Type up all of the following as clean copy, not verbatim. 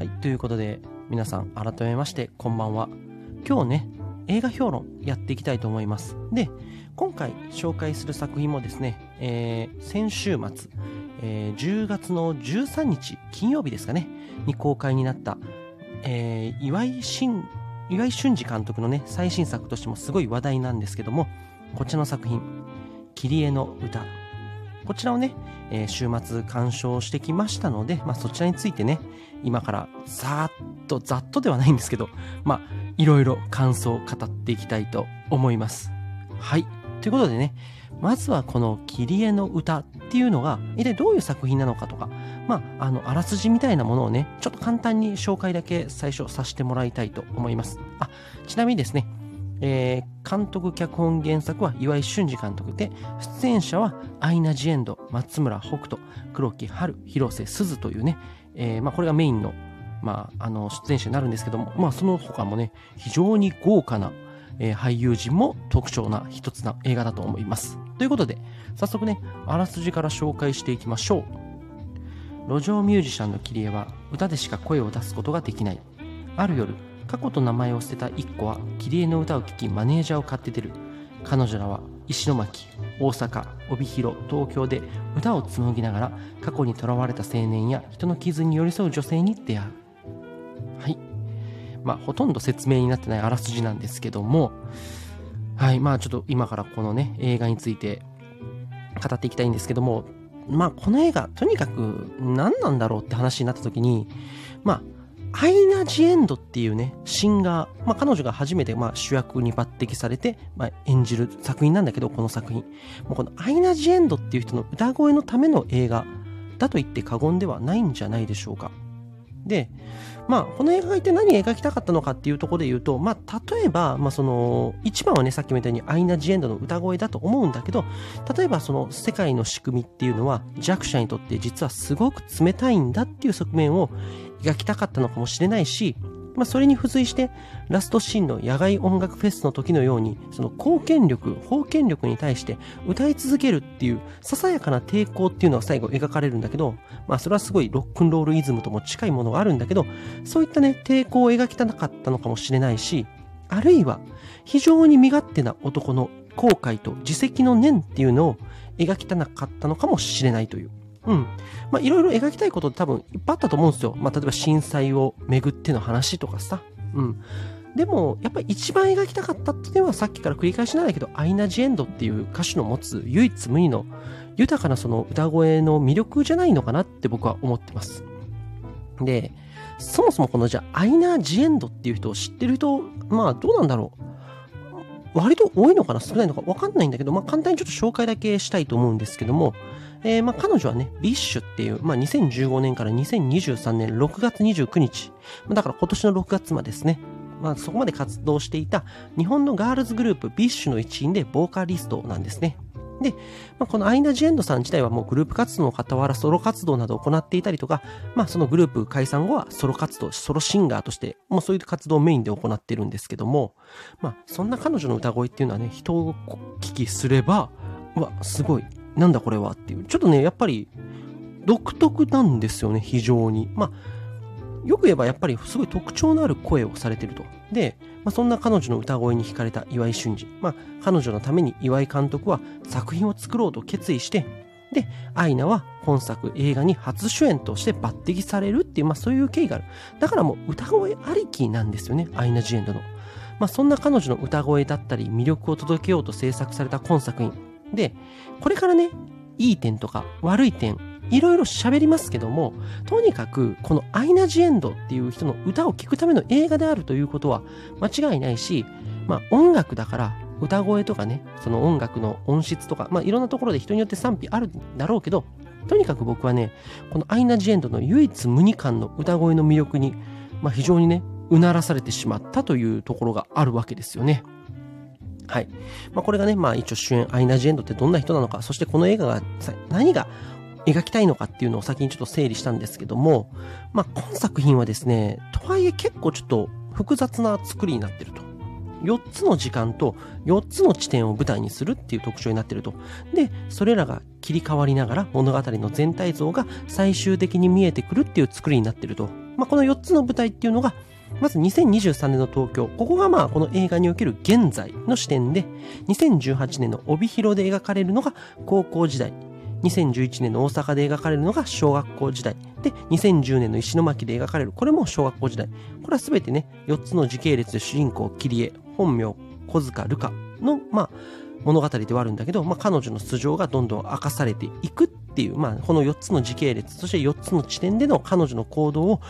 はい、ということで皆さん改めましてこんばんは。今日ね映画評論やっていきたいと思います。で今回紹介する作品もですね、先週末、10月の13日金曜日ですかねに公開になった、岩井俊二監督のね最新作としてもすごい話題なんですけども、こちらの作品キリエの歌、こちらをね、週末鑑賞してきましたので、そちらについてね今からざっとではないんですけど、いろいろ感想を語っていきたいと思います。はい、ということでね、まずはこのキリエの歌っていうのが一体どういう作品なのかとか、あらすじみたいなものをねちょっと簡単に紹介だけ最初させてもらいたいと思います。ちなみにですね、監督脚本原作は岩井俊二監督で、出演者はアイナ・ジ・エンド、松村北斗、黒木華、広瀬すずというね、これがメインの、出演者になるんですけども、その他もね非常に豪華な、俳優陣も特徴な一つな映画だと思います。ということで早速ねあらすじから紹介していきましょう。路上ミュージシャンのキリエは歌でしか声を出すことができない。ある夜、過去と名前を捨てた一子はキリエの歌を聴きマネージャーを買って出る。彼女らは石巻、大阪、帯広、東京で歌を紡ぎながら過去にとらわれた青年や人の傷に寄り添う女性に出会う。はい、ほとんど説明になってないあらすじなんですけども、はい、ちょっと今からこのね映画について語っていきたいんですけども、この映画とにかく何なんだろうって話になった時に、アイナ・ジ・エンドっていうねシンガー、彼女が初めて主役に抜擢されて、演じる作品なんだけど、この作品もうこのアイナ・ジ・エンドっていう人の歌声のための映画だと言って過言ではないんじゃないでしょうか。でこの映画が一体何を描きたかったのかっていうところで言うと、例えば、その一番はねさっきも言ったようにアイナ・ジ・エンドの歌声だと思うんだけど、例えばその世界の仕組みっていうのは弱者にとって実はすごく冷たいんだっていう側面を描きたかったのかもしれないし、それに付随してラストシーンの野外音楽フェスの時のようにその封建力に対して歌い続けるっていうささやかな抵抗っていうのが最後描かれるんだけど、それはすごいロックンロールイズムとも近いものがあるんだけど、そういったね抵抗を描きたかったのかもしれないし、あるいは非常に身勝手な男の後悔と自責の念っていうのを描きたかったのかもしれないという、いろいろ描きたいこと多分いっぱいあったと思うんですよ。例えば震災をめぐっての話とかさ。でも、やっぱり一番描きたかったっていうのはさっきから繰り返しなんだけど、アイナ・ジ・エンドっていう歌手の持つ唯一無二の豊かなその歌声の魅力じゃないのかなって僕は思ってます。で、そもそもこのじゃあアイナ・ジ・エンドっていう人を知ってる人、どうなんだろう。割と多いのかな少ないのか分かんないんだけど、簡単にちょっと紹介だけしたいと思うんですけども、彼女はね、ビッシュっていう、2015年から2023年6月29日、だから今年の6月までですね、そこまで活動していた日本のガールズグループビッシュの一員でボーカリストなんですね。で、このアイナ・ジ・エンドさん自体はもうグループ活動の傍らソロ活動などを行っていたりとか、そのグループ解散後はソロ活動、ソロシンガーとして、もうそういう活動をメインで行っているんですけども、そんな彼女の歌声っていうのはね、人を聞きすれば、すごい、なんだこれはっていう、ちょっとね、やっぱり独特なんですよね、非常に。よく言えばやっぱりすごい特徴のある声をされてると。で、そんな彼女の歌声に惹かれた岩井俊二。彼女のために岩井監督は作品を作ろうと決意して、で、アイナは本作映画に初主演として抜擢されるっていう、そういう経緯がある。だからもう歌声ありきなんですよね、アイナ・ジ・エンドの。そんな彼女の歌声だったり魅力を届けようと制作された今作品。で、これからね、いい点とか悪い点、いろいろ喋りますけども、とにかくこのアイナ・ジ・エンドっていう人の歌を聴くための映画であるということは間違いないし、音楽だから歌声とかね、その音楽の音質とか、いろんなところで人によって賛否あるんだろうけど、とにかく僕はね、このアイナ・ジ・エンドの唯一無二感の歌声の魅力に、非常にね、うならされてしまったというところがあるわけですよね。はい。これがね、一応主演アイナ・ジ・エンドってどんな人なのか、そしてこの映画が何が描きたいのかっていうのを先にちょっと整理したんですけども、今作品はですね、とはいえ結構ちょっと複雑な作りになってると。4つの時間と4つの地点を舞台にするっていう特徴になってると。で、それらが切り替わりながら物語の全体像が最終的に見えてくるっていう作りになってるとこの4つの舞台っていうのが、まず2023年の東京。ここがこの映画における現在の視点で、2018年の帯広で描かれるのが高校時代。2011年の大阪で描かれるのが小学校時代。で、2010年の石巻で描かれる、これも小学校時代。これはすべてね、4つの時系列で主人公、桐江、本名、小塚ルカの、物語ではあるんだけど、彼女の素性がどんどん明かされていくっていう、この4つの時系列、そして4つの地点での彼女の行動を、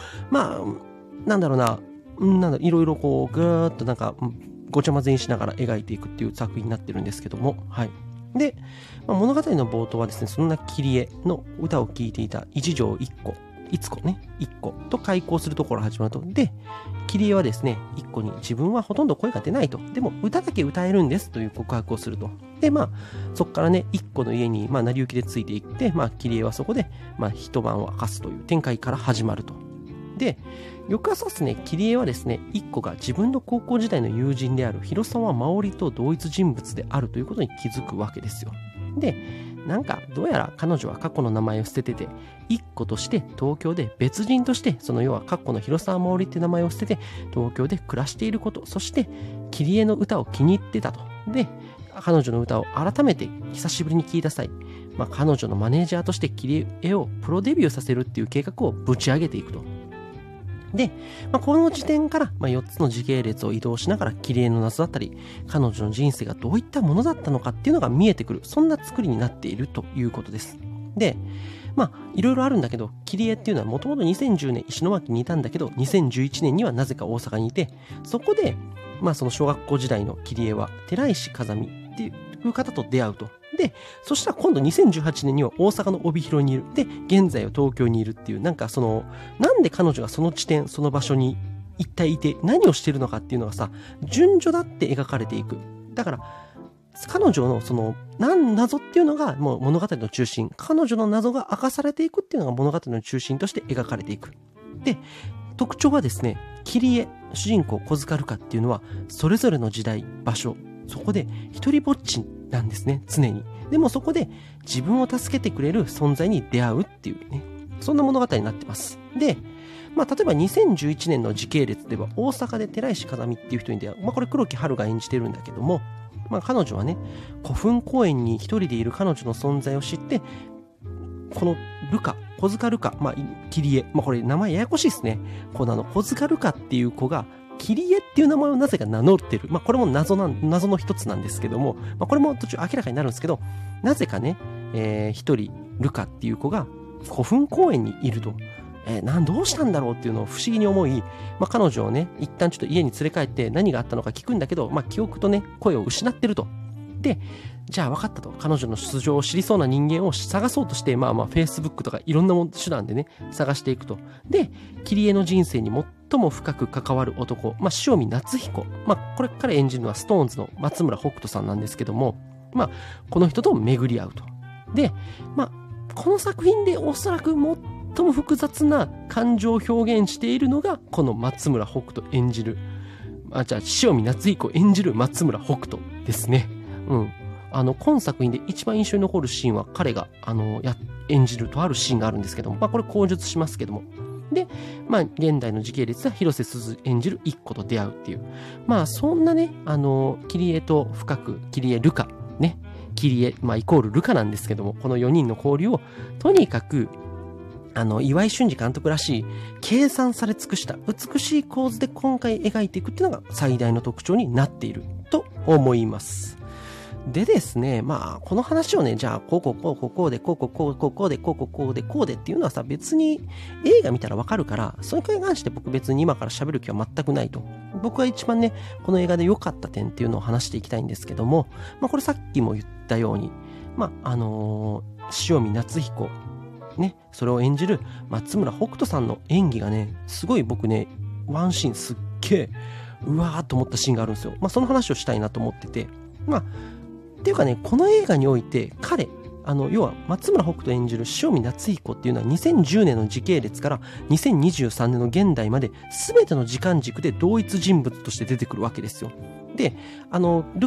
いろいろこう、ぐーっとごちゃ混ぜにしながら描いていくっていう作品になってるんですけども、はい。で、物語の冒頭はですね、そんな桐江の歌を聴いていた一条一子と開口するところから始まると。で、桐江はですね、一子に自分はほとんど声が出ないと。でも歌だけ歌えるんですという告白をすると。で、そこからね、一子の家に成り行きでついていって、桐江はそこで、一晩を明かすという展開から始まると。で、翌朝ですね、桐江はですね、一子が自分の高校時代の友人である広沢真織と同一人物であるということに気づくわけですよ。で、どうやら彼女は過去の名前を捨ててて、一子として東京で別人として、その要は過去の広沢真織って名前を捨てて、東京で暮らしていること、そして桐江の歌を気に入ってたと。で、彼女の歌を改めて久しぶりに聴いた際、彼女のマネージャーとして桐江をプロデビューさせるっていう計画をぶち上げていくと。で、この時点から、4つの時系列を移動しながら桐江の謎だったり、彼女の人生がどういったものだったのかっていうのが見えてくる、そんな作りになっているということです。で、いろいろあるんだけど、桐江っていうのはもともと2010年石巻にいたんだけど、2011年にはなぜか大阪にいて、そこで、その小学校時代の桐江は寺石風見っていう方と出会うと。で、そしたら今度2018年には大阪の帯広にいる。で、現在は東京にいるっていう、なんで彼女がその地点、その場所に一体いて何をしてるのかっていうのがさ、順序だって描かれていく。だから、彼女の謎っていうのがもう物語の中心。彼女の謎が明かされていくっていうのが物語の中心として描かれていく。で、特徴はですね、桐江、主人公小塚ルカっていうのは、それぞれの時代、場所、そこで一人ぼっちなんですね、常に。でもそこで自分を助けてくれる存在に出会うっていうね、そんな物語になってます。で、例えば2011年の時系列では大阪で寺石風見っていう人に出会う。これ黒木華が演じてるんだけども、彼女はね、古墳公園に一人でいる彼女の存在を知って、このルカ、小塚ルカ、桐江、これ名前ややこしいですね。この小塚ルカっていう子が、桐江っていう名前をなぜか名乗ってる。これも謎の一つなんですけども、これも途中明らかになるんですけど、なぜかね、一人、ルカっていう子が古墳公園にいると。どうしたんだろうっていうのを不思議に思い、彼女をね、一旦ちょっと家に連れ帰って何があったのか聞くんだけど、記憶とね、声を失ってると。で、じゃあ分かったと。彼女の素性を知りそうな人間を探そうとして、Facebook とかいろんな手段でね、探していくと。で、桐江の人生に最も深く関わる男、塩見夏彦。これから演じるのは SixTONES の松村北斗さんなんですけども、この人と巡り合うと。で、この作品でおそらく最も複雑な感情を表現しているのが、この松村北斗演じる、塩見夏彦演じる松村北斗ですね。今作品で一番印象に残るシーンは彼が、演じるとあるシーンがあるんですけども、これ口述しますけども。で、現代の時系列では広瀬すず演じる一子と出会うっていう。そんなね、桐江と深く、桐江ルカ、ね、桐江、イコールルカなんですけども、この4人の交流を、とにかく、岩井俊二監督らしい、計算され尽くした美しい構図で今回描いていくっていうのが最大の特徴になっていると思います。でですね、この話をね、じゃあ、こうでっていうのはさ、別に映画見たらわかるから、それに関して僕別に今から喋る気は全くないと。僕は一番ね、この映画で良かった点っていうのを話していきたいんですけども、これさっきも言ったように、塩見夏彦、ね、それを演じる松村北斗さんの演技がね、すごい僕ね、ワンシーンすっげえ、うわーっと思ったシーンがあるんですよ。その話をしたいなと思ってて、っていうかね、この映画において彼、要は松村北斗演じる塩見夏彦っていうのは2010年の時系列から2023年の現代まで全ての時間軸で同一人物として出てくるわけですよ。で、ルカ、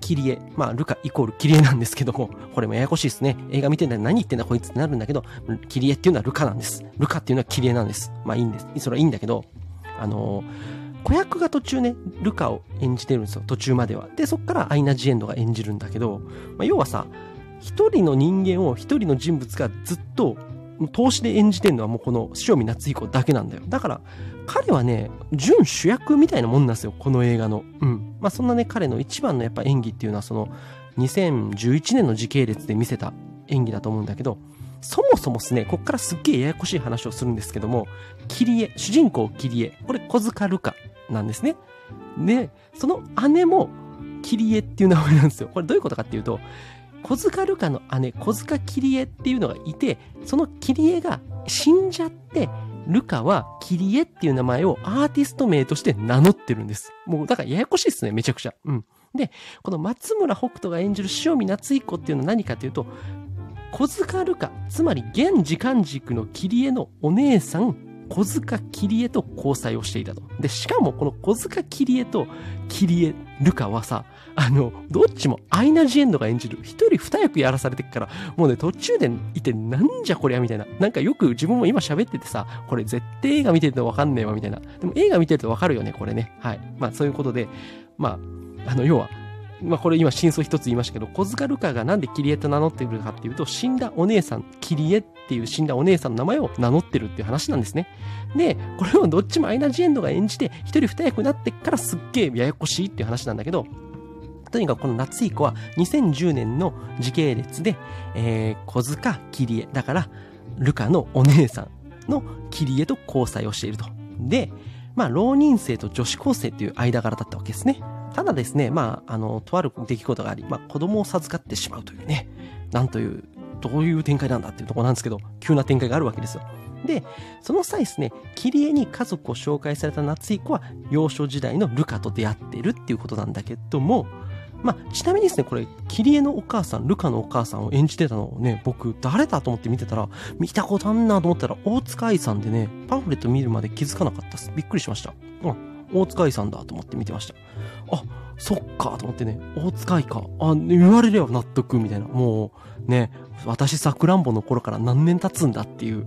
キリエ。まあ、ルカイコールキリエなんですけども、これもややこしいですね。映画見てんだ何言ってんだこいつってなるんだけど、キリエっていうのはルカなんです。ルカっていうのはキリエなんです。まあいいんです。それはいいんだけど、子役が途中ね、ルカを演じてるんですよ。途中までは。で、そっからアイナ・ジ・エンドが演じるんだけど、まあ、要はさ、一人の人間を一人の人物がずっと通しで演じてるのはもうこの塩見夏彦だけなんだよ。だから彼はね、準主役みたいなもんなんですよ、この映画の。まあそんなね、彼の一番のやっぱ演技っていうのはその2011年の時系列で見せた演技だと思うんだけど、そもそもですね、こっからすっげえややこしい話をするんですけども、キリエ、主人公キリエ、これ小塚ルカなんですね。で、その姉もキリエっていう名前なんですよ。これどういうことかっていうと、小塚ルカの姉、小塚キリエっていうのがいて、そのキリエが死んじゃって、ルカはキリエっていう名前をアーティスト名として名乗ってるんです。もうだからややこしいですね、めちゃくちゃ。で、この松村北斗が演じる塩見夏彦っていうのは何かというと、小塚ルカ、つまり現時間軸のキリエのお姉さん、小塚キリエと交際をしていたと。で、しかもこの小塚キリエとキリエルカはさ、どっちもアイナ・ジ・エンドが演じる一人二役やらされてっから、もうね、途中でいてなんじゃこりゃみたいな。なんかよく自分も今喋っててさ、これ絶対映画見てるとわかんねえわみたいな。でも映画見てるとわかるよね、これね。はい。まあそういうことで、まあ、要は、まあこれ今真相一つ言いましたけど、小塚ルカがなんでキリエと名乗ってるかっていうと、死んだお姉さん、キリエっていう死んだお姉さんの名前を名乗ってるっていう話なんですね。で、これをどっちもアイナ・ジ・エンドが演じて、一人二役になってからすっげえややこしいっていう話なんだけど、とにかくこの夏彦は2010年の時系列で、小塚キリエ、だからルカのお姉さんのキリエと交際をしていると。で、まあ浪人生と女子高生っていう間柄だったわけですね。ただですね、まあ、とある出来事があり、まあ子供を授かってしまうというね、なんという、どういう展開なんだっていうところなんですけど、急な展開があるわけですよ。で、その際ですね、キリエに家族を紹介された夏彦は幼少時代のルカと出会っているっていうことなんだけども、まあ、ちなみにですね、これ、キリエのお母さん、ルカのお母さんを演じてたのをね、僕、誰だと思って見てたら、見たことあんなと思ったら、大塚愛さんでね、パンフレット見るまで気づかなかったです。びっくりしました。大塚愛さんだと思って見てました。あ、そっかと思ってね、大塚愛か。言われれば納得みたいな。もう、ね、私、さくらんぼの頃から何年経つんだっていう、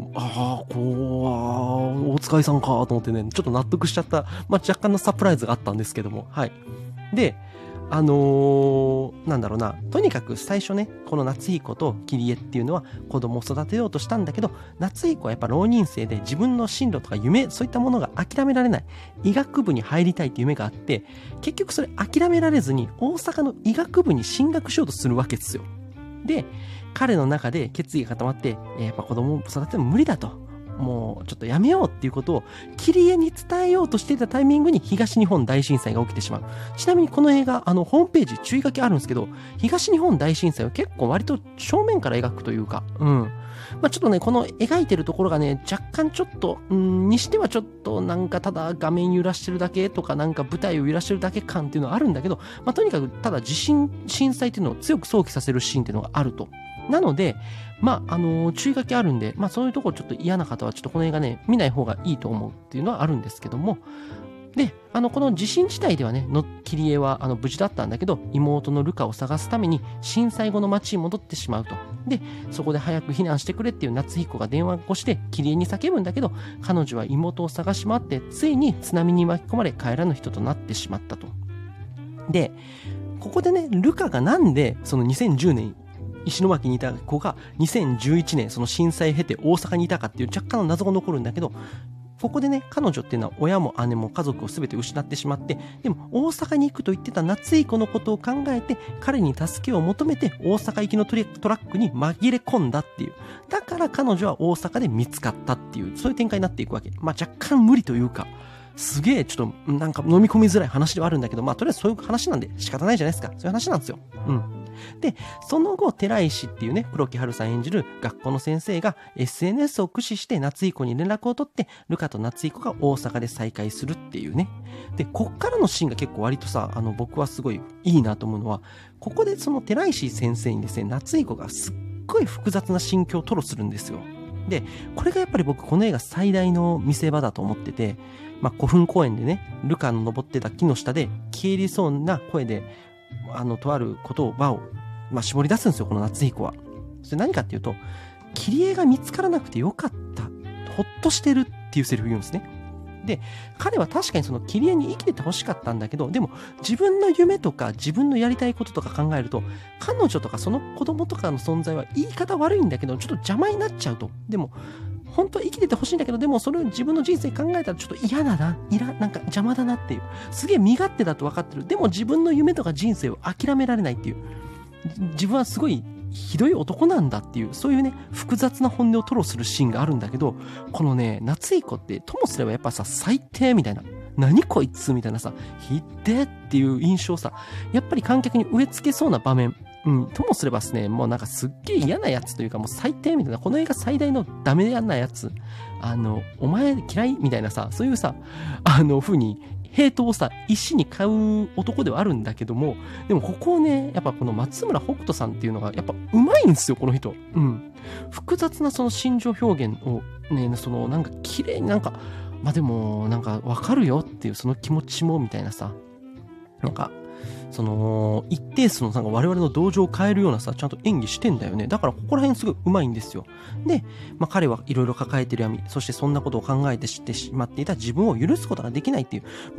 大塚愛さんかと思ってね、ちょっと納得しちゃった、まあ、若干のサプライズがあったんですけども、はい。で、なんだろうな、とにかく最初ね、この夏彦とキリエっていうのは子供を育てようとしたんだけど、夏彦はやっぱ浪人生で自分の進路とか夢、そういったものが諦められない。医学部に入りたいっていう夢があって、結局それ諦められずに大阪の医学部に進学しようとするわけですよ。で、彼の中で決意が固まって、やっぱ子供を育てても無理だと。もうちょっとやめようっていうことをキリエに伝えようとしていたタイミングに東日本大震災が起きてしまう。ちなみにこの映画、ホームページ注意書きあるんですけど、東日本大震災は結構割と正面から描くというか、まあちょっとね、この描いてるところがね、若干ちょっと、にしてはちょっとなんかただ画面揺らしてるだけとかなんか舞台を揺らしてるだけ感っていうのはあるんだけど、まあとにかくただ震災っていうのを強く想起させるシーンっていうのがあると。なので、まあ、注意書きあるんで、まあそういうところちょっと嫌な方はちょっとこの映画ね、見ない方がいいと思うっていうのはあるんですけども、で、この地震自体ではね、キリエは無事だったんだけど、妹のルカを探すために震災後の町に戻ってしまうと。で、そこで早く避難してくれっていう夏彦が電話をしてキリエに叫ぶんだけど、彼女は妹を探し回って、ついに津波に巻き込まれ帰らぬ人となってしまったと。で、ここでね、ルカがなんでその2010年、石巻にいた子が2011年その震災経て大阪にいたかっていう若干の謎が残るんだけど、ここでね、彼女っていうのは親も姉も家族を全て失ってしまって、でも大阪に行くと言ってた夏彦のことを考えて彼に助けを求めて大阪行きのトラックに紛れ込んだっていう。だから彼女は大阪で見つかったっていう、そういう展開になっていくわけ。まあ若干無理というか、すげえちょっとなんか飲み込みづらい話ではあるんだけど、まあとりあえずそういう話なんで仕方ないじゃないですか。そういう話なんですよ。で、その後、寺石っていうね、黒木華さん演じる学校の先生が SNS を駆使して夏彦に連絡を取って、ルカと夏彦が大阪で再会するっていうね。で、こっからのシーンが結構割とさ、僕はすごいいいなと思うのは、ここでその寺石先生にですね、夏彦がすっごい複雑な心境を吐露するんですよ。で、これがやっぱり僕この映画最大の見せ場だと思ってて、まあ、古墳公園でね、ルカの登ってた木の下で消えりそうな声で、 とある言葉を、絞り出すんですよ、この夏彦は。それ何かっていうと、切り絵が見つからなくてよかった。ほっとしてるっていうセリフを言うんですね。で、彼は確かにその切り絵に生きてて欲しかったんだけど、でも自分の夢とか自分のやりたいこととか考えると、彼女とかその子供とかの存在は言い方悪いんだけど、ちょっと邪魔になっちゃうと。でも、本当は生きてて欲しいんだけど、でもそれを自分の人生考えたらちょっと嫌だな、なんか邪魔だなっていう。すげえ身勝手だと分かってる。でも自分の夢とか人生を諦められないっていう。自分はすごいひどい男なんだっていう、そういうね、複雑な本音を吐露するシーンがあるんだけど、このね、夏彦ってともすればやっぱさ、最低みたいな。何こいつみたいなさ、ひってっていう印象さ、やっぱり観客に植え付けそうな場面。ともすればですね、もうなんかすっげえ嫌なやつというかもう最低みたいな、この映画最大のダメなやつ。お前嫌いみたいなさ、そういうさ、風に、ヘイトをさ、石に買う男ではあるんだけども、でもここをね、やっぱこの松村北斗さんっていうのが、やっぱ上手いんですよ、この人。複雑なその心情表現をね、なんか綺麗になんか、でも、なんかわかるよっていうその気持ちもみたいなさ、なんか、一定数のなんか我々の同情を変えるようなさ、ちゃんと演技してんだよね。だからここら辺すごい上手いんですよ。で、彼はいろいろ抱えてる闇、そしてそんなことを考えてしてしまっていた自分を許すことができないっていう、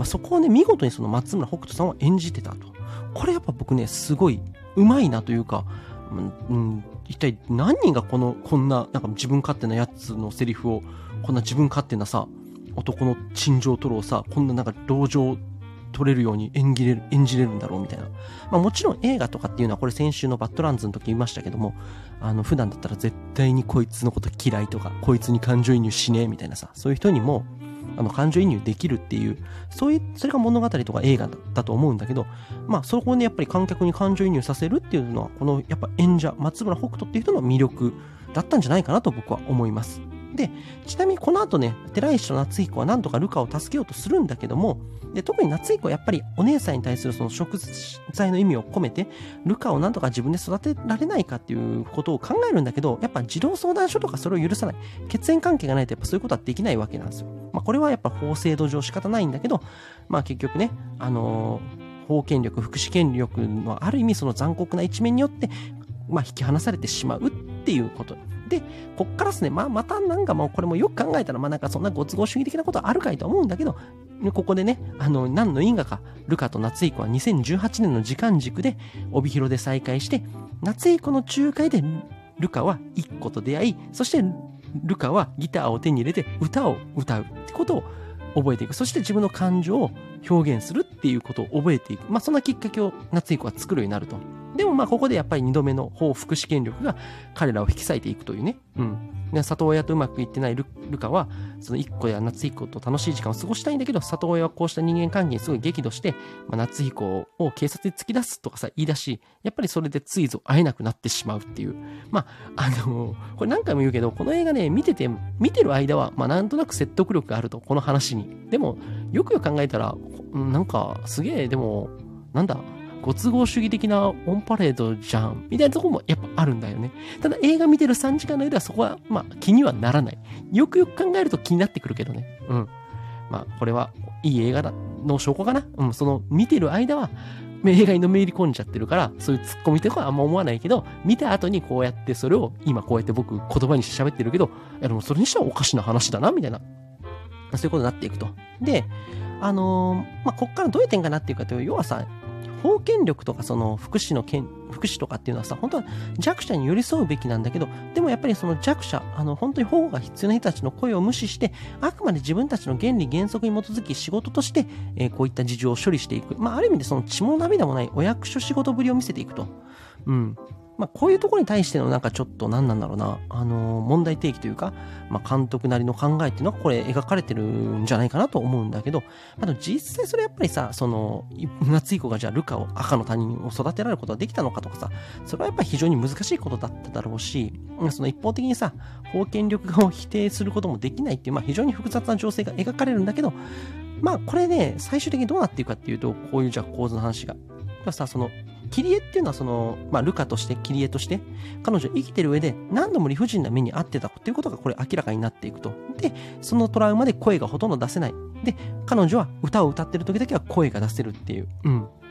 そこをね、見事にその松村北斗さんは演じてたと。これやっぱ僕ね、すごい上手いなというか、一体何人がこんな、なんか自分勝手なやつのセリフを、こんな自分勝手なさ、男の心情吐露をさ、こんななんか同情取れるように演じれるんだろうみたいな。もちろん映画とかっていうのはこれ先週のバッドランズの時言いましたけども、普段だったら絶対にこいつのこと嫌いとか、こいつに感情移入しねえみたいなさ、そういう人にも、感情移入できるっていう、それが物語とか映画だと思うんだけど、そこをね、やっぱり観客に感情移入させるっていうのは、このやっぱ演者、松村北斗っていう人の魅力だったんじゃないかなと僕は思います。で、ちなみにこの後ね、寺石と夏彦はなんとかルカを助けようとするんだけども、で、特に夏彦はやっぱりお姉さんに対するその食材の意味を込めて、ルカをなんとか自分で育てられないかっていうことを考えるんだけど、やっぱ児童相談所とかそれを許さない。血縁関係がないとやっぱそういうことはできないわけなんですよ。これはやっぱ法制度上仕方ないんだけど、結局ね、法権力、福祉権力のある意味その残酷な一面によって、引き離されてしまうっていうこと。で、こっからですね、またなんかもうこれもよく考えたら、なんかそんなご都合主義的なことはあるかいと思うんだけど、ここでね、何の因果か、ルカと夏彦は2018年の時間軸で、帯広で再会して、夏彦の仲介で、ルカは一個と出会い、そして、ルカはギターを手に入れて歌を歌うってことを覚えていく。そして自分の感情を表現するっていうことを覚えていく。そんなきっかけを夏彦は作るようになると。でもここでやっぱり2度目の法福祉権力が彼らを引き裂いていくというね。里親とうまくいってないルカは、その一個や夏彦と楽しい時間を過ごしたいんだけど、里親はこうした人間関係にすごい激怒して、夏彦を警察に突き出すとかさ、言い出し、やっぱりそれでついぞ会えなくなってしまうっていう。これ何回も言うけど、この映画ね、見てる間は、なんとなく説得力があると、この話に。でも、よくよく考えたら、なんか、すげえ、でも、なんだ、ご都合主義的なオンパレードじゃんみたいなところもやっぱあるんだよね。ただ映画見てる3時間の間はそこは気にはならない。よくよく考えると気になってくるけどね。これはいい映画の証拠かな。その見てる間は映画にのめり込んじゃってるから、そういうツッコミとかはあんま思わないけど、見た後にこうやってそれを今こうやって僕言葉にして喋ってるけど、でもそれにしてはおかしな話だなみたいな。そういうことになっていくと。で、こっからどういう点かなっていうかというと、要はさ、法権力とかその福祉とかっていうのはさ、本当は弱者に寄り添うべきなんだけど、でもやっぱりその弱者、本当に保護が必要な人たちの声を無視して、あくまで自分たちの原理原則に基づき仕事として、こういった事情を処理していく。ある意味でその血も涙もないお役所仕事ぶりを見せていくと。こういうところに対してのなんかちょっと何なんだろうな、問題提起というか、監督なりの考えっていうのがこれ描かれてるんじゃないかなと思うんだけど、実際それやっぱりさ、夏彦がじゃあルカを赤の他人を育てられることができたのかとかさ、それはやっぱり非常に難しいことだっただろうし、その一方的にさ、法権力を否定することもできないっていう、非常に複雑な情勢が描かれるんだけど、これね、最終的にどうなっていくかっていうと、こういうじゃあ構図の話が。さ、切り絵っていうのはルカとして切り絵として彼女生きてる上で何度も理不尽な目に遭ってたっていうことがこれ明らかになっていくと。で、そのトラウマで声がほとんど出せない。で、彼女は歌を歌ってる時だけは声が出せるっていう。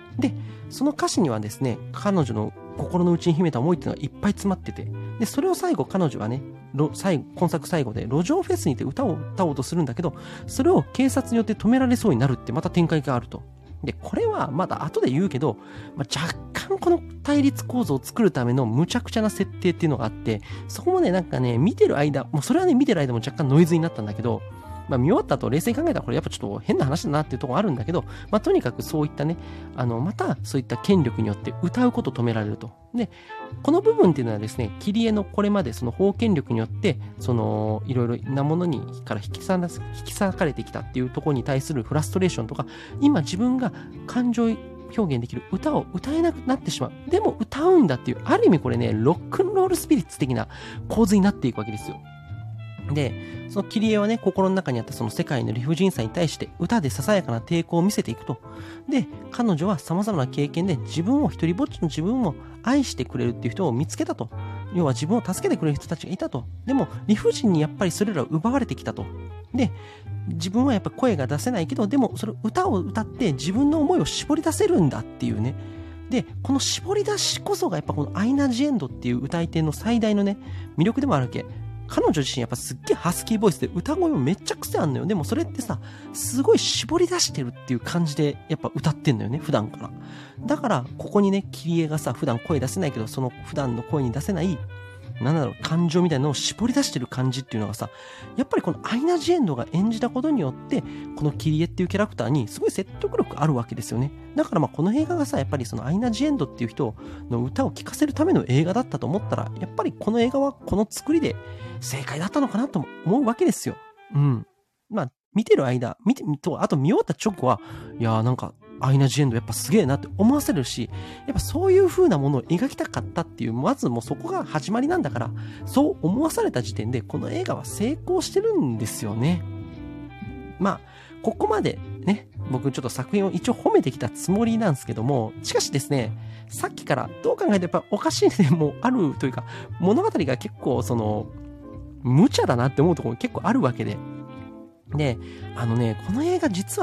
で、その歌詞にはですね、彼女の心の内に秘めた思いっていうのがいっぱい詰まってて、で、それを最後彼女はね、今作最後で路上フェスにて歌を歌おうとするんだけど、それを警察によって止められそうになるってまた展開があると。で、これはまだ後で言うけど、若干この対立構造を作るための無茶苦茶な設定っていうのがあって、そこもね、なんかね、見てる間も若干ノイズになったんだけど、見終わった後冷静に考えたらこれやっぱちょっと変な話だなっていうところあるんだけど、とにかくそういったね、またそういった権力によって歌うことを止められると。で、この部分っていうのはですね、キリエのこれまでその法権力によって、いろいろなものから引き裂かれてきたっていうところに対するフラストレーションとか、今自分が感情表現できる歌を歌えなくなってしまう。でも歌うんだっていう、ある意味これね、ロックンロールスピリッツ的な構図になっていくわけですよ。で、そのキリエはね、心の中にあったその世界の理不尽さに対して歌でささやかな抵抗を見せていくと。で、彼女は様々な経験で一人ぼっちの自分を愛してくれるっていう人を見つけたと。要は自分を助けてくれる人たちがいたと。でも理不尽にやっぱりそれらを奪われてきたと。で、自分はやっぱ声が出せないけど、でもそれ歌を歌って自分の思いを絞り出せるんだっていうね。で、この絞り出しこそがやっぱこのアイナ・ジ・エンドっていう歌い手の最大のね、魅力でもあるわけ。彼女自身やっぱすっげえハスキーボイスで歌声もめっちゃ癖あんのよ。でもそれってさ、すごい絞り出してるっていう感じでやっぱ歌ってんのよね、普段から。だから、ここにね、キリエがさ、普段声出せないけど、その普段の声に出せない、感情みたいなのを絞り出してる感じっていうのがさ、やっぱりこのアイナ・ジ・エンドが演じたことによって、このキリエっていうキャラクターにすごい説得力あるわけですよね。だからこの映画がさ、やっぱりそのアイナ・ジ・エンドっていう人の歌を聴かせるための映画だったと思ったら、やっぱりこの映画はこの作りで正解だったのかなと思うわけですよ。うん。見てる間、あと見終わった直後は、いやーなんか、アイナ・ジ・エンドやっぱすげえなって思わせるし、やっぱそういう風なものを描きたかったっていう、まずもうそこが始まりなんだから、そう思わされた時点で、この映画は成功してるんですよね。ここまでね、僕ちょっと作品を一応褒めてきたつもりなんですけども、しかしですね、さっきからどう考えてもやっぱおかしい点もあるというか、物語が結構無茶だなって思うところ結構あるわけで。で、この映画実は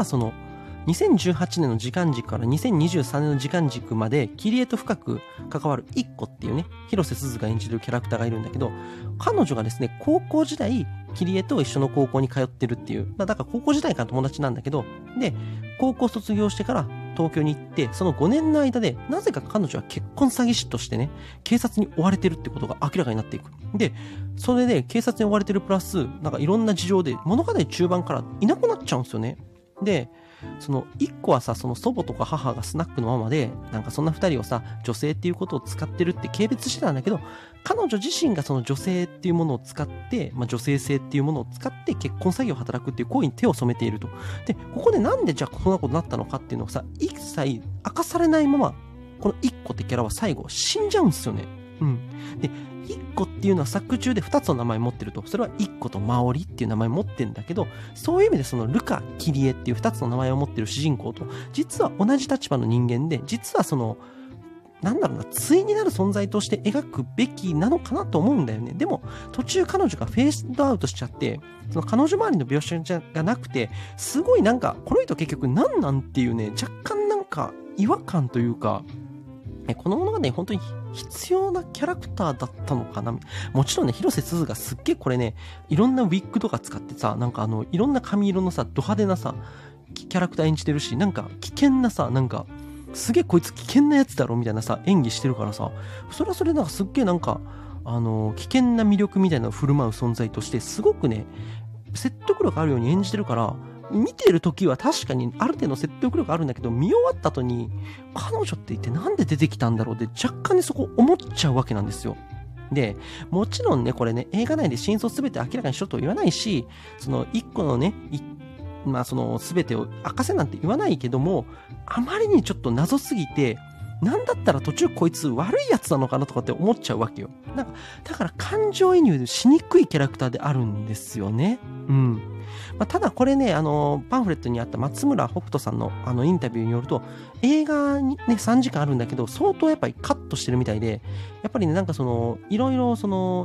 2018年の時間軸から2023年の時間軸まで、キリエと深く関わる一個っていうね、広瀬すずが演じるキャラクターがいるんだけど、彼女がですね、高校時代、キリエと一緒の高校に通ってるっていう、だから高校時代から友達なんだけど、で、高校卒業してから東京に行って、その5年の間で、なぜか彼女は結婚詐欺師としてね、警察に追われてるってことが明らかになっていく。で、それで警察に追われてるプラス、いろんな事情で物語中盤からいなくなっちゃうんですよね。で、一個はさ、その祖母とか母がスナックのママで、そんな二人をさ、女性っていうことを使ってるって軽蔑してたんだけど、彼女自身がその女性っていうものを使って、女性性っていうものを使って結婚詐欺を働くっていう行為に手を染めていると。で、ここでなんでじゃあこんなことになったのかっていうのをさ、一切明かされないまま、この一個ってキャラは最後死んじゃうんですよね。うん。で、一個っていうのは作中で2つの名前持ってると。それは一個とマオリっていう名前持ってるんだけど、そういう意味でルカ、キリエっていう2つの名前を持ってる主人公と、実は同じ立場の人間で、実は対になる存在として描くべきなのかなと思うんだよね。でも、途中彼女がフェースドアウトしちゃって、彼女周りの描写がなくて、すごいこの人結局何なんっていうね、若干違和感というか、この物語に本当に必要なキャラクターだったのかな。もちろんね、広瀬すずがすっげえこれね、いろんなウィッグとか使ってさ、いろんな髪色のさ、ド派手なさ、キャラクター演じてるし、危険なさ、すげえこいつ危険なやつだろみたいなさ、演技してるからさ、それはそれすっげえ危険な魅力みたいなのを振る舞う存在として、すごくね、説得力あるように演じてるから、見てる時は確かにある程度説得力あるんだけど、見終わった後に彼女って一体なんで出てきたんだろうって若干ねそこ思っちゃうわけなんですよ。で、もちろんねこれね映画内で真相すべて明らかにしろとは言わないし、一個のねすべてを明かせなんて言わないけども、あまりにちょっと謎すぎて、なんだったら途中こいつ悪いやつなのかなとかって思っちゃうわけよ。だから感情移入しにくいキャラクターであるんですよね。うん。ただこれね、パンフレットにあった松村北斗さんのインタビューによると、映画にね、3時間あるんだけど、相当やっぱりカットしてるみたいで、やっぱりね、いろいろ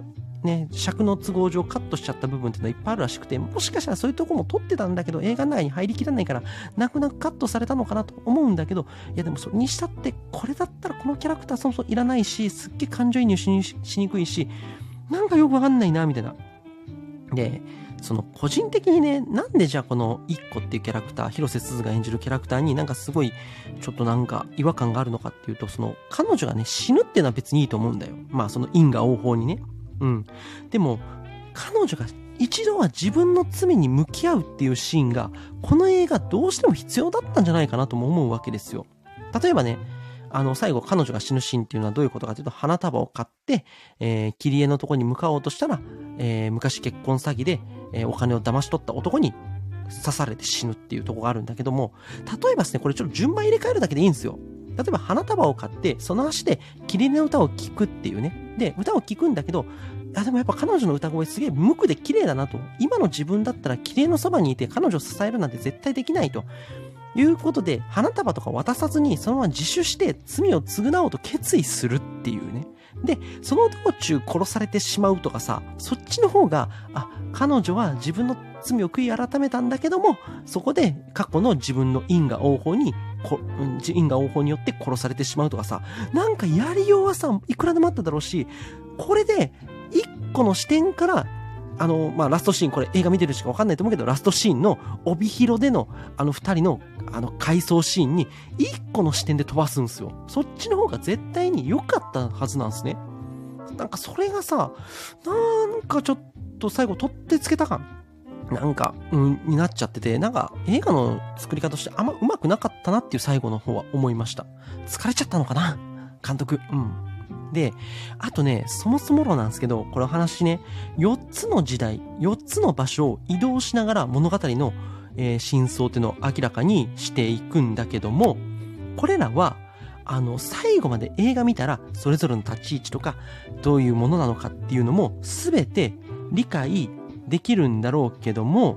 ね、尺の都合上カットしちゃった部分っていうのはいっぱいあるらしくて、もしかしたらそういうとこも撮ってたんだけど、映画の中に入りきらないから、泣く泣くカットされたのかなと思うんだけど、いやでもそれにしたって、これだったらこのキャラクターそもそもいらないし、すっげえ感情移入しにくいし、なんかよくわかんないな、みたいな。で、その個人的にね、なんでじゃあこの一個っていうキャラクター、広瀬すずが演じるキャラクターになんかすごい、ちょっとなんか違和感があるのかっていうと、その彼女がね、死ぬっていうのは別にいいと思うんだよ。まあその因果応報にね。うん。でも、彼女が一度は自分の罪に向き合うっていうシーンが、この映画どうしても必要だったんじゃないかなとも思うわけですよ。例えばね、最後彼女が死ぬシーンっていうのはどういうことかというと、花束を買って、切り絵のとこに向かおうとしたら、昔結婚詐欺で、お金を騙し取った男に刺されて死ぬっていうところがあるんだけども、例えばですね、これちょっと順番入れ替えるだけでいいんですよ。例えば花束を買って、その足で切り絵の歌を聴くっていうね。で、歌を聴くんだけど、でもやっぱ彼女の歌声すげえ無垢で綺麗だなと。今の自分だったら切り絵のそばにいて彼女を支えるなんて絶対できないと。いうことで、花束とか渡さずにそのまま自首して罪を償おうと決意するっていうね。で、その道中殺されてしまうとかさ、そっちの方が、彼女は自分の罪を悔い改めたんだけども、そこで過去の自分の因果応報によって殺されてしまうとかさ、なんかやりようはさ、いくらでもあっただろうし、これで、一個の視点から、ラストシーン、これ映画見てるしかわかんないと思うけど、ラストシーンの帯広での二人の回想シーンに一個の視点で飛ばすんですよ。そっちの方が絶対に良かったはずなんですね。なんかそれがさ、なんかちょっと最後取ってつけた感になっちゃってて、なんか映画の作り方としてあんま上手くなかったなっていう最後の方は思いました。疲れちゃったのかな監督。で、あとね、そもそも論なんですけど、これお話ね、4つの時代、4つの場所を移動しながら物語の、真相っていうのを明らかにしていくんだけども、これらは、最後まで映画見たら、それぞれの立ち位置とか、どういうものなのかっていうのも、すべて理解できるんだろうけども、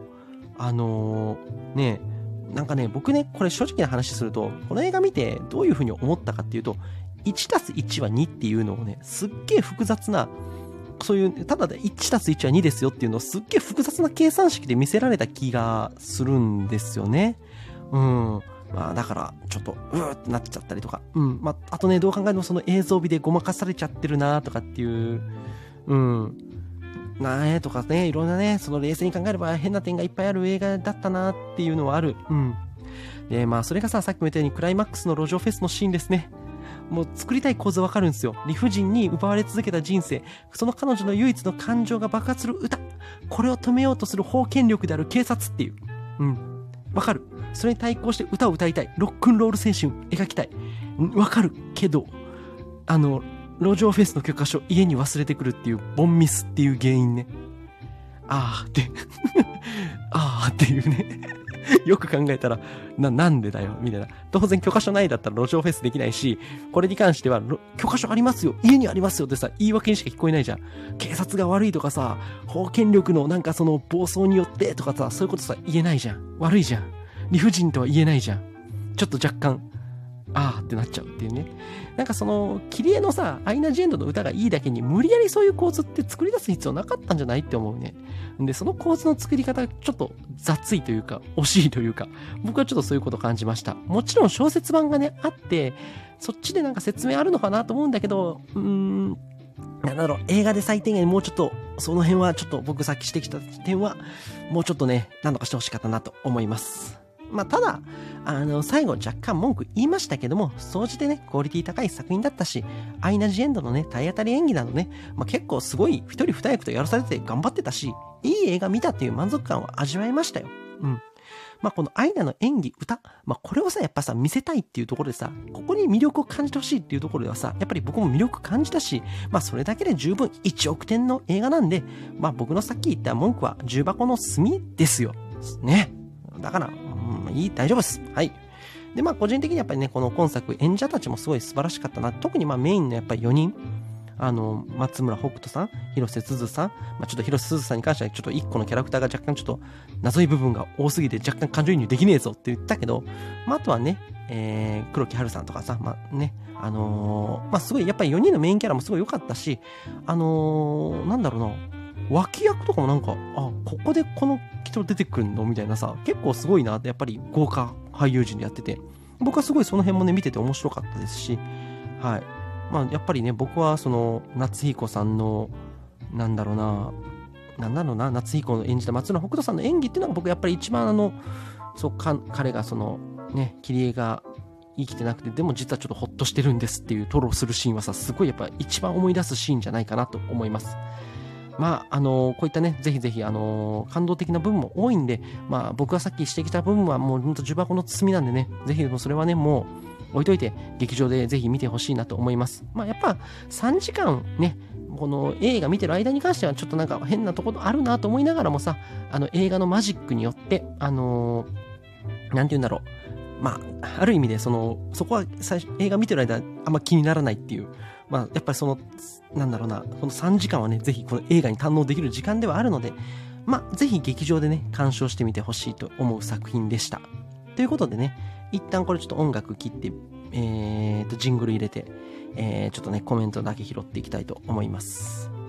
なんかね、僕ね、これ正直な話すると、この映画見てどういうふうに思ったかっていうと、1+1 は2っていうのをね、すっげえ複雑な、そういう、ただで 1+1 は2ですよっていうのをすっげえ複雑な計算式で見せられた気がするんですよね。だから、ちょっと、ってなっちゃったりとか。あとね、どう考えてもその映像美でごまかされちゃってるなとかっていう、とかね、いろんなね、その冷静に考えれば変な点がいっぱいある映画だったなっていうのはある。で、それがさっきも言ったようにクライマックスの路上フェスのシーンですね。もう作りたい構図わかるんですよ。理不尽に奪われ続けた人生。その彼女の唯一の感情が爆発する歌。これを止めようとする法権力である警察っていう。わかる。それに対抗して歌を歌いたい。ロックンロール精神描きたい。わかるけど、路上フェスの許可書家に忘れてくるっていうボンミスっていう原因ね。っていうね。よく考えたら、なんでだよ、みたいな。当然許可書ないだったら路上フェスできないし、これに関しては、許可書ありますよ、家にありますよってさ、言い訳にしか聞こえないじゃん。警察が悪いとかさ、法権力のなんかその暴走によってとかさ、そういうことさ、言えないじゃん。悪いじゃん。理不尽とは言えないじゃん。ちょっと若干、ってなっちゃうっていうね。なんかその、切り絵のさ、アイナ・ジ・エンドの歌がいいだけに、無理やりそういう構図って作り出す必要なかったんじゃないって思うね。で、その構図の作り方、ちょっと雑いというか、惜しいというか、僕はちょっとそういうことを感じました。もちろん小説版がね、あって、そっちでなんか説明あるのかなと思うんだけど、映画で最低限もうちょっと、その辺はちょっと僕さっき指摘した点は、もうちょっとね、何とかしてほしかったなと思います。ただ、最後若干文句言いましたけども、総じてね、クオリティ高い作品だったし、アイナ・ジ・エンドのね、体当たり演技などね、結構すごい一人二役とやらされて頑張ってたし、いい映画見たっていう満足感を味わいましたよ。このアイナの演技、歌、これをさ、やっぱさ、見せたいっていうところでさ、ここに魅力を感じてほしいっていうところではさ、やっぱり僕も魅力感じたし、それだけで十分1億点の映画なんで、僕のさっき言った文句は重箱の隅ですよ。ね。だから、大丈夫です。はい。で、個人的にやっぱりね、この今作、演者たちもすごい素晴らしかったな。特にメインのやっぱり4人。 松村北斗さん、広瀬すずさん、ちょっと広瀬すずさんに関してはちょっと一個のキャラクターが若干ちょっと謎い部分が多すぎて若干感情移入できねえぞって言ったけど、あとはね、黒木華さんとかさ、すごいやっぱり4人のメインキャラもすごい良かったし、なんだろうな、脇役とかもなんか、ここでこの人出てくるのみたいなさ、結構すごいなって、やっぱり豪華俳優陣でやってて、僕はすごいその辺もね、見てて面白かったですし、はい。やっぱりね、僕はその、夏彦さんの、夏彦の演じた松村北斗さんの演技っていうのが僕やっぱり一番彼がその、ね、切り絵が生きてなくて、でも実はちょっとホッとしてるんですっていう吐露するシーンはさ、すごいやっぱ一番思い出すシーンじゃないかなと思います。こういったね、ぜひぜひ、感動的な部分も多いんで、僕がさっき指摘した部分はもうほんと重箱の包みなんでね、ぜひそれはね、もう置いといて、劇場でぜひ見てほしいなと思います。やっぱ3時間ね、この映画見てる間に関してはちょっとなんか変なところあるなと思いながらもさ、映画のマジックによって、なんて言うんだろう。ある意味でそこは映画見てる間あんま気にならないっていう、やっぱりこの3時間はね、ぜひこの映画に堪能できる時間ではあるので、ぜひ劇場でね、鑑賞してみてほしいと思う作品でした。ということでね、一旦これちょっと音楽切って、ジングル入れて、ちょっとね、コメントだけ拾っていきたいと思います。